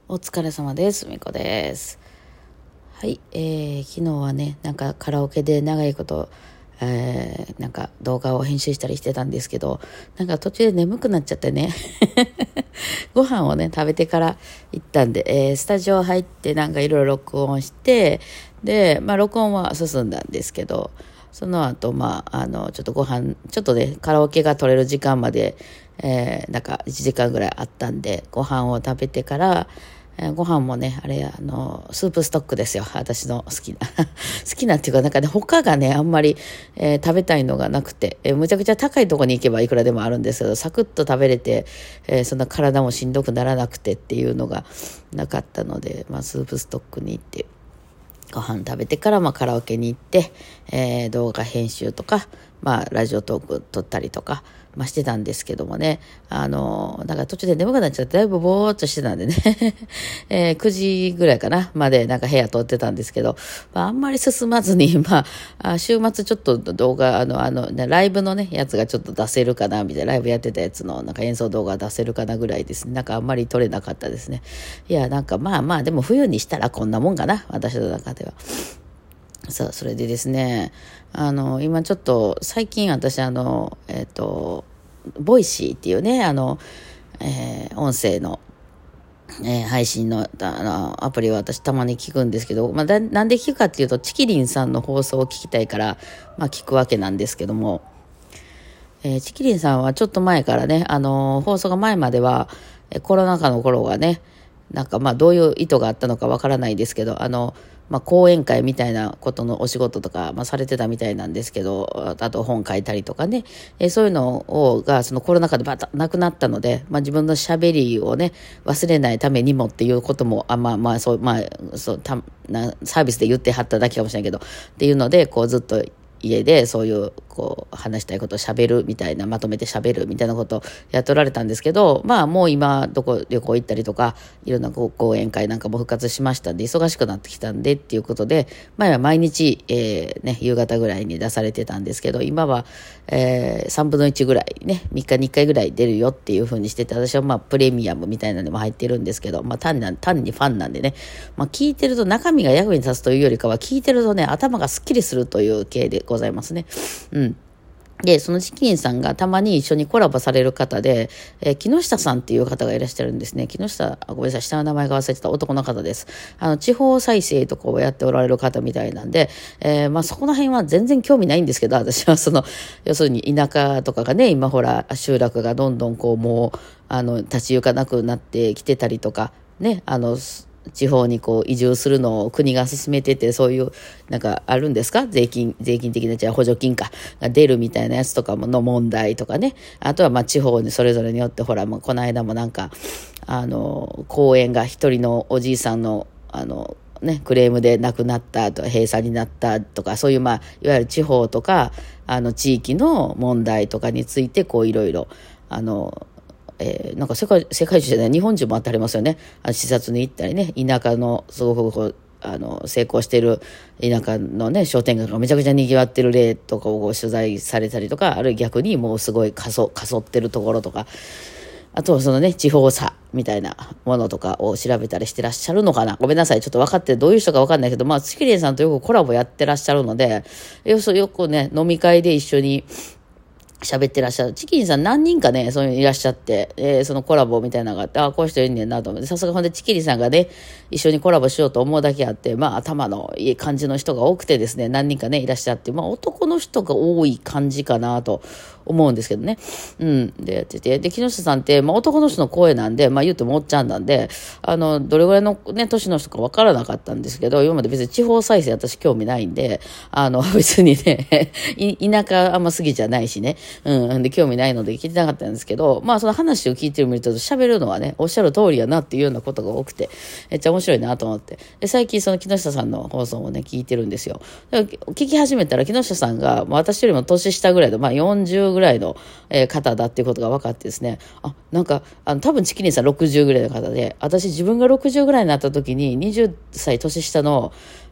お疲れ様です。みこです。はい、昨日はね、なんかカラオケで長いこと、なんか動画を編集したりしてたんですけど、なんか途中で眠くなっちゃってね、ご飯をね、食べてから行ったんで、スタジオ入ってなんかいろいろ録音して、で、録音は進んだんですけど、その後、ちょっとちょっとね、カラオケが取れる時間まで、なんか1時間ぐらいあったんで、ご飯を食べてから、ご飯もね、スープストックですよ。私の好きな。好きなっていうか、なんかね、他がね、あんまり、食べたいのがなくて、むちゃくちゃ高いところに行けばいくらでもあるんですけど、サクッと食べれて、そんな体もしんどくならなくてっていうのがなかったので、スープストックに行って、ご飯食べてから、カラオケに行って、動画編集とか、ラジオトーク撮ったりとか、してたんですけどもね、なんか途中で眠くなっちゃって、だいぶぼーっとしてたんでね、9時ぐらいかな、までなんか部屋撮ってたんですけど、あんまり進まずに、週末ちょっと動画、ライブのね、やつがちょっと出せるかな、みたいな、ライブやってたやつの、なんか演奏動画出せるかなぐらいですね、なんかあんまり撮れなかったですね。いや、なんかでも冬にしたらこんなもんかな、私の中では。さあ、それでですね、今ちょっと、最近私、ボイシーっていうね、音声の、配信の、アプリを私たまに聞くんですけど、なんで聞くかっていうと、チキリンさんの放送を聞きたいから、聞くわけなんですけども、チキリンさんはちょっと前からね、放送が前までは、コロナ禍の頃はね、なんかどういう意図があったのかわからないですけど、講演会みたいなことのお仕事とか、されてたみたいなんですけど、あと本書いたりとかね、そういうのがそのコロナ禍でなくなったので、自分の喋りをね、忘れないためにもっていうことも、サービスで言ってはっただけかもしれないけど、っていうので、こうずっと家でそういう話したいことを喋るみたいな、まとめて喋るみたいなことをやっておられたんですけど、もう今旅行行ったりとかいろんな講演会なんかも復活しましたんで、忙しくなってきたんでっていうことで、前は毎日、夕方ぐらいに出されてたんですけど、今は、3分の1ぐらいね、3日に1回ぐらい出るよっていう風にしてて、私はプレミアムみたいなのも入ってるんですけど、単にファンなんでね、聞いてると中身が役に立つというよりかは、聞いてるとね、頭がすっきりするという系でございますね。うん。で、そのチキンさんがたまに一緒にコラボされる方で、木下さんっていう方がいらっしゃるんですね。ごめんなさい、下の名前が忘れてた男の方です。地方再生とかをやっておられる方みたいなんで、そこら辺は全然興味ないんですけど、私は要するに田舎とかがね、今ほら、集落がどんどんもう、立ち行かなくなってきてたりとか、ね、地方に移住するのを国が進めてて、そういうなんかあるんですか、税金的な補助金が出るみたいなやつとかもの問題とかね、あとは地方にそれぞれによってほら、この間もなんか公園が一人のおじいさんのクレームで亡くなったとか閉鎖になったとか、そういういわゆる地方とか地域の問題とかについていろいろなんか世界中じゃない、日本中もあってありますよね。視察に行ったりね、田舎のすごく成功している田舎のね、商店街がめちゃくちゃ賑わってる例とかを取材されたりとか、あるいは逆にもうすごいかそってるところとか、あとはそのね、地方差みたいなものとかを調べたりしてらっしゃるのかな。ごめんなさい。ちょっと分かってどういう人か分かんないけど、チキリンさんとよくコラボやってらっしゃるので、よくね、飲み会で一緒に喋ってらっしゃる。チキンさん何人かね、そういうのいらっしゃって、そのコラボみたいなのがあって、こういう人いんねんなと思って、さすがほんでチキンさんがね、一緒にコラボしようと思うだけあって、頭のいい感じの人が多くてですね、何人かね、いらっしゃって、男の人が多い感じかなと思うんですけどね。うん。で、やってて、で、木下さんって、男の人の声なんで、言ってもおっちゃんなんで、どれぐらいのね、年の人かわからなかったんですけど、今まで別に地方再生私興味ないんで、別にね、田舎あんま好きじゃないしね、で、興味ないので聞いてなかったんですけど、その話を聞いてみると、喋るのはね、おっしゃる通りやなっていうようなことが多くて、めっちゃ面白いなと思って。で、最近その木下さんの放送もね、聞いてるんですよ。聞き始めたら木下さんが、私よりも年下ぐらいで、40 ぐらいの、方だっていうことが分かってですね、なんか多分チキニさん60ぐらいの方で、私自分が60ぐらいになった時に20歳年下の、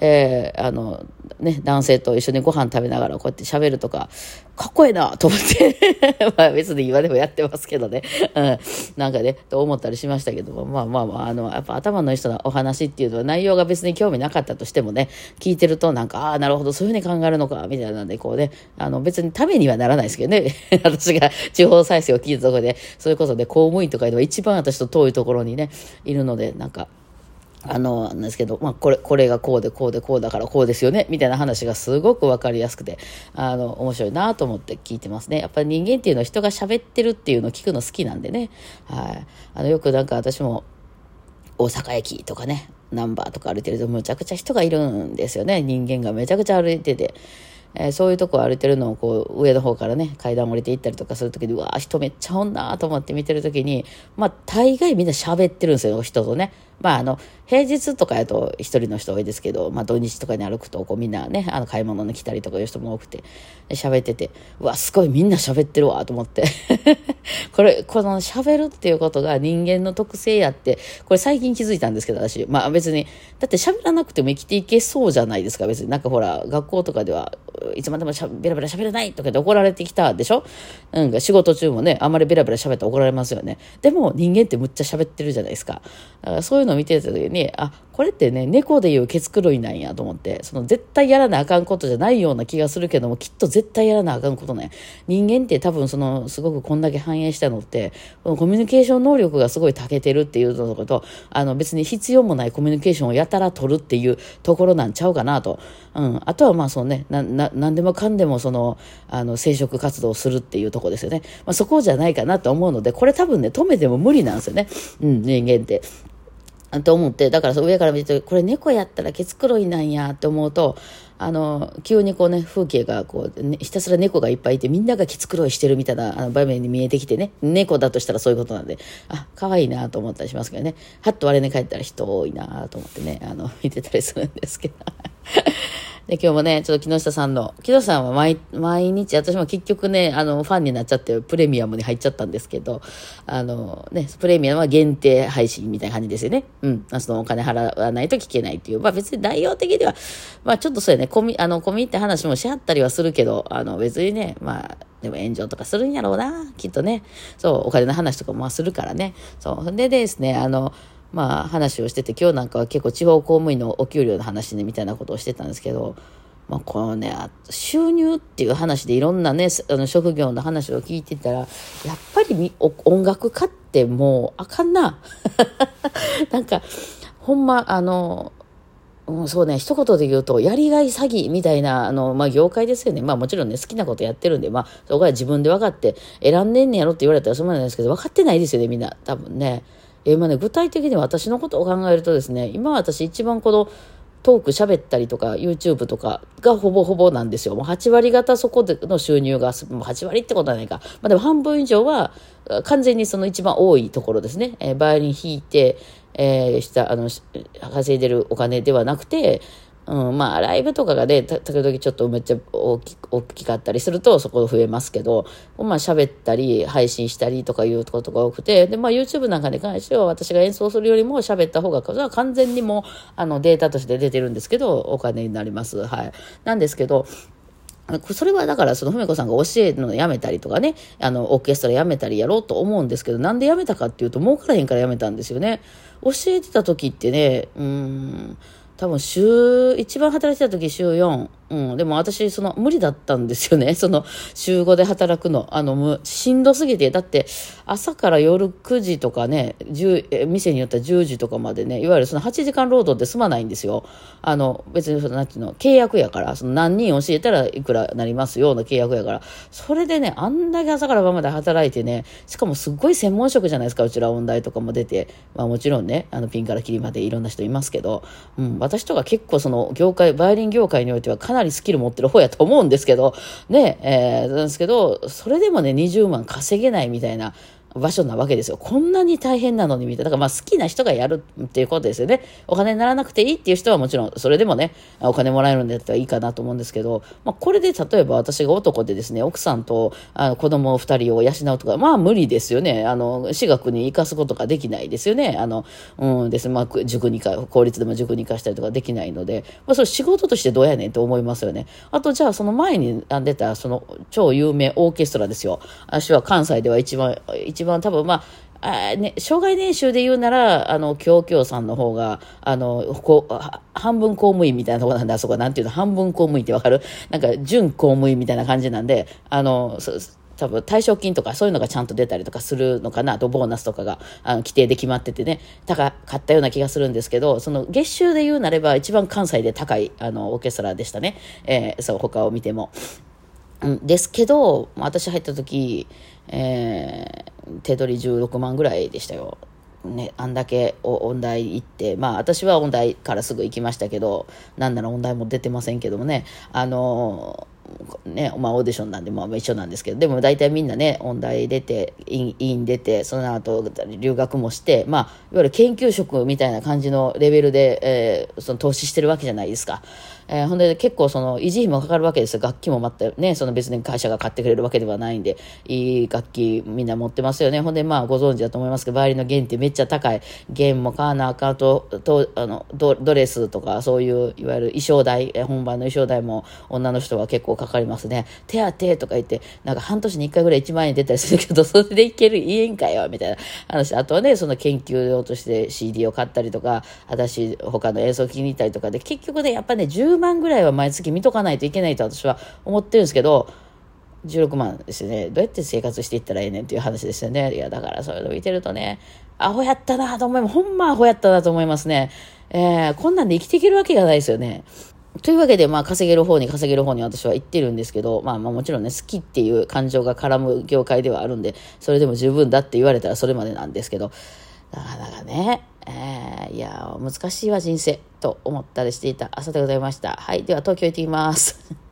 男性と一緒にご飯食べながらこうやって喋るとかかっこいいなと思ってまあ別に今でもやってますけどね、なんかねと思ったりしましたけども、やっぱ頭のいい人のお話っていうのは内容が別に興味なかったとしてもね、聞いてるとなんかなるほどそういうふうに考えるのかみたいなんで、こうね別にためにはならないですけどね私が地方再生を聞いたところで、それこそね公務員とかでは一番私と遠いところにねいるので、なんかなんですけど、これがこうでこうでこうだからこうですよねみたいな話がすごく分かりやすくて面白いなと思って聞いてますね。やっぱり人間っていうのは人が喋ってるっていうのを聞くの好きなんでね、よくなんか私も大阪駅とかねナンバーとか歩いてるとむちゃくちゃ人がいるんですよね。人間がめちゃくちゃ歩いてて、そういうとこ歩いてるのをこう上の方からね階段降りていったりとかするときに、うわー人めっちゃおんなと思って見てるときに、大概みんな喋ってるんですよ、人とね。平日とかやと一人の人多いですけど、土日とかに歩くとこうみんなね買い物に来たりとかいう人も多くて喋ってて、うわすごいみんな喋ってるわと思ってこの喋るっていうことが人間の特性やって、これ最近気づいたんですけど、私別にだって喋らなくても生きていけそうじゃないですか。別になんかほら学校とかではいつまでもベラベラ喋れないとかで怒られてきたでしょ。仕事中もねあんまりベラベラ喋ったら怒られますよね。でも人間ってむっちゃ喋ってるじゃないですか。だからそういうのを見てた時にこれってね猫でいうケツ狂いなんやと思って、その絶対やらなあかんことじゃないような気がするけども、きっと絶対やらなあかんことね。人間って多分すごくこんだけ反映したのってコミュニケーション能力がすごい長けてるっていうのと、別に必要もないコミュニケーションをやたら取るっていうところなんちゃうかなと。あとは何でもかんでも生殖活動をするっていうところですよね。そこじゃないかなと思うので、これ多分ね止めても無理なんですよね。人間ってと思って、だから上から見てこれ猫やったらケツ黒いなんやって思うと、急にこうね風景がこう、ひたすら猫がいっぱいいてみんながケツ黒いしてるみたいな場面に見えてきてね、猫だとしたらそういうことなんで可愛いなと思ったりしますけどね。はっと我に帰ったら人多いなと思ってね見てたりするんですけどで今日もねちょっと木下さんは毎日、私も結局ねファンになっちゃってプレミアムに入っちゃったんですけど、プレミアムは限定配信みたいな感じですよね。そのお金払わないと聞けないっていう、別に内容的にはちょっとそうやね込み入って話もしはったりはするけど、別にねでも炎上とかするんやろうなきっとね。そうお金の話とかもするからね。そうでですね話をしてて、今日なんかは結構地方公務員のお給料の話ねみたいなことをしてたんですけど、このね収入っていう話でいろんなね職業の話を聞いてたら、やっぱり音楽家ってもうあかんななんかほんまそうね一言で言うとやりがい詐欺みたいな業界ですよね。もちろんね好きなことやってるんでそこは自分で分かって選んでんねやろって言われたらそうなんですけど、分かってないですよねみんな多分ね。具体的に私のことを考えるとですね、今私一番このトーク喋ったりとか YouTube とかがほぼほぼなんですよ。もう8割方そこでの収入がもう8割ってことはないか、でも半分以上は完全にその一番多いところですね。バイオリン弾いて、稼いでるお金ではなくて、ライブとかがね時々ちょっとめっちゃ大きかったりするとそこ増えますけど、喋ったり配信したりとかいうことが多くて、でYouTube なんかに関しては私が演奏するよりも喋った方がそれは完全にもうデータとして出てるんですけどお金になります。なんですけど、それはだからふみこさんが教えるのやめたりとかねオーケストラやめたりやろうと思うんですけど、なんでやめたかっていうと儲からへんからやめたんですよね。教えてた時ってね多分一番働いてた時週4、でも私無理だったんですよね。週5で働くのもうしんどすぎて、だって朝から夜9時とかね店によっては10時とかまでね、いわゆる8時間労働で済まないんですよ。別になんていうの契約やから、何人教えたらいくらなりますような契約やから、それでねあんだけ朝から晩まで働いてね、しかもすっごい専門職じゃないですか。うちら音大とかも出て、もちろんねピンからキリまでいろんな人いますけど、私とか結構バイオリン業界においてはかなりスキル持ってる方やと思うんですけどね、なんですけどそれでもね20万稼げないみたいな場所なわけですよ。こんなに大変なのにみたいな。だからまあ好きな人がやるっていうことですよね。お金にならなくていいっていう人はもちろんそれでもね、お金もらえるんだったらいいかなと思うんですけど、まあこれで例えば私が男でですね、奥さんと子供2人を養うとか、まあ無理ですよね。私学に生かすことができないですよね。ですね、まあ塾に公立でも塾に行かしたりとかできないので、まあそれ仕事としてどうやねんと思いますよね。あとじゃあその前に出たその超有名オーケストラですよ。私は関西では一番多分まあ、障害年収で言うなら、京京さんの方が、半分公務員みたいなところなんで、あそこなんていうの、半分公務員ってわかる？なんか、準公務員みたいな感じなんで、多分退職金とかそういうのがちゃんと出たりとかするのかなと、ボーナスとかが規定で決まっててね、高かったような気がするんですけど、その月収で言うなれば一番関西で高いオーケストラでしたね。そう他を見ても。ですけど、私入った時、手取り16万ぐらいでしたよ。ね、あんだけ音大行って、まあ私は音大からすぐ行きましたけど、なんなら音大も出てませんけどもね、まあオーディションなんでまあ一緒なんですけど、でも大体みんなね、音大出て、院出て、その後留学もして、まあいわゆる研究職みたいな感じのレベルで、その投資してるわけじゃないですか。ほんで結構その維持費もかかるわけですよ。楽器もまたね、その別に会社が買ってくれるわけではないんで、いい楽器みんな持ってますよね。ほんでまあご存知だと思いますけど、バイオリンの弦ってめっちゃ高い。弦も買わなあかんと、ドレスとかそういういわゆる衣装代、本番の衣装代も女の人は結構かかりますね。手当とか言って、なんか半年に1回ぐらい1万円出たりするけど、それでいけるいいんかよみたいな話。あとはね、その研究用として CD を買ったりとか、私他の演奏機に行ったりとかで、結局ね、やっぱね、10万ぐらいは毎月見とかないといけないと私は思ってるんですけど、16万ですね。どうやって生活していったらええねんっていう話ですよね。いや、だからそういうの見てるとね、アホやったなと思います。ほんまアホやったなと思いますね。こんなんで生きていけるわけがないですよね。というわけで、まあ、稼げる方に私は言ってるんですけど、まあもちろんね、好きっていう感情が絡む業界ではあるんで、それでも十分だって言われたらそれまでなんですけど、なかなかね、いや、難しいわ人生と思ったりしていた朝でございました。はい、では東京行ってきます。